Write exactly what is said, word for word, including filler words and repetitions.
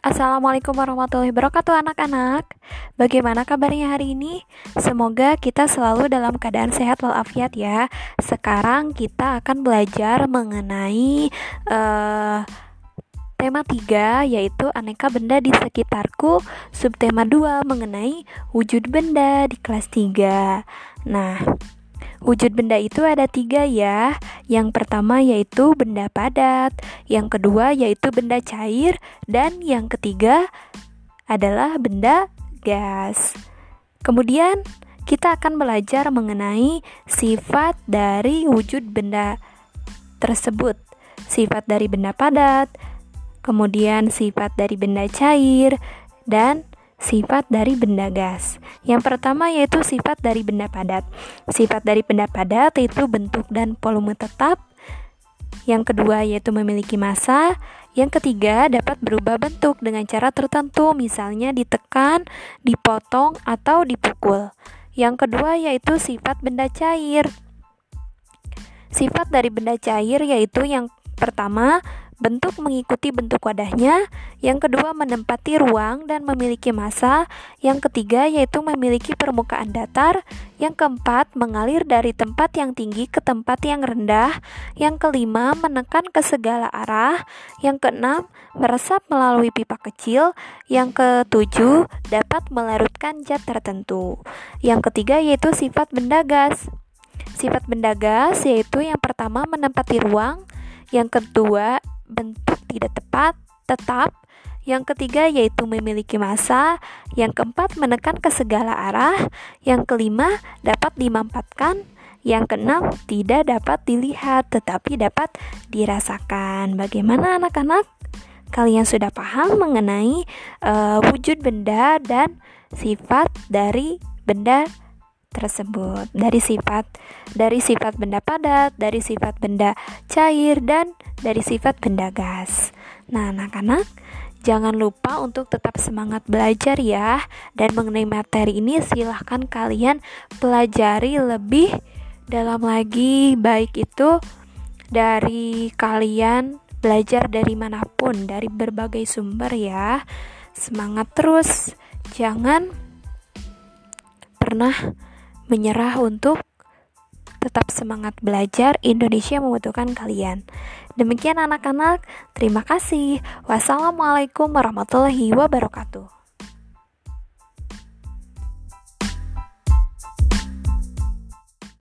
Assalamualaikum warahmatullahi wabarakatuh anak-anak. Bagaimana kabarnya hari ini? Semoga kita selalu dalam keadaan sehat walafiat ya. Sekarang kita akan belajar mengenai uh, tema tiga, yaitu aneka benda di sekitarku. Subtema dua mengenai wujud benda di kelas tiga. Nah, wujud benda itu ada tiga ya. Yang pertama yaitu benda padat, yang kedua yaitu benda cair, dan yang ketiga adalah benda gas. Kemudian kita akan belajar mengenai sifat dari wujud benda tersebut. Sifat dari benda padat, kemudian sifat dari benda cair, dan sifat dari benda gas. Yang pertama yaitu sifat dari benda padat. Sifat dari benda padat yaitu bentuk dan volume tetap. Yang kedua yaitu memiliki massa. Yang ketiga dapat berubah bentuk dengan cara tertentu, misalnya ditekan, dipotong, atau dipukul. Yang kedua yaitu sifat benda cair. Sifat dari benda cair yaitu yang pertama, bentuk mengikuti bentuk wadahnya. Yang kedua, menempati ruang dan memiliki massa. Yang ketiga yaitu memiliki permukaan datar. Yang keempat, mengalir dari tempat yang tinggi ke tempat yang rendah. Yang kelima, menekan ke segala arah. Yang keenam, meresap melalui pipa kecil. Yang ketujuh, dapat melarutkan zat tertentu. Yang ketiga yaitu sifat benda gas. Sifat benda gas yaitu yang pertama, menempati ruang. Yang kedua, bentuk tidak tepat, tetap. Yang ketiga yaitu memiliki massa. Yang keempat, menekan ke segala arah. Yang kelima, dapat dimampatkan. Yang keenam, tidak dapat dilihat tetapi dapat dirasakan. Bagaimana anak-anak? Kalian sudah paham mengenai uh, wujud benda dan sifat dari benda tersebut, dari sifat dari sifat benda padat, dari sifat benda cair, dan dari sifat benda gas. Nah, anak-anak, jangan lupa untuk tetap semangat belajar ya. Dan mengenai materi ini silahkan kalian pelajari lebih dalam lagi, baik itu dari kalian belajar dari manapun, dari berbagai sumber ya. Semangat terus, jangan pernah menyerah untuk tetap semangat belajar. Indonesia membutuhkan kalian. Demikian anak-anak, terima kasih. Wassalamualaikum warahmatullahi wabarakatuh.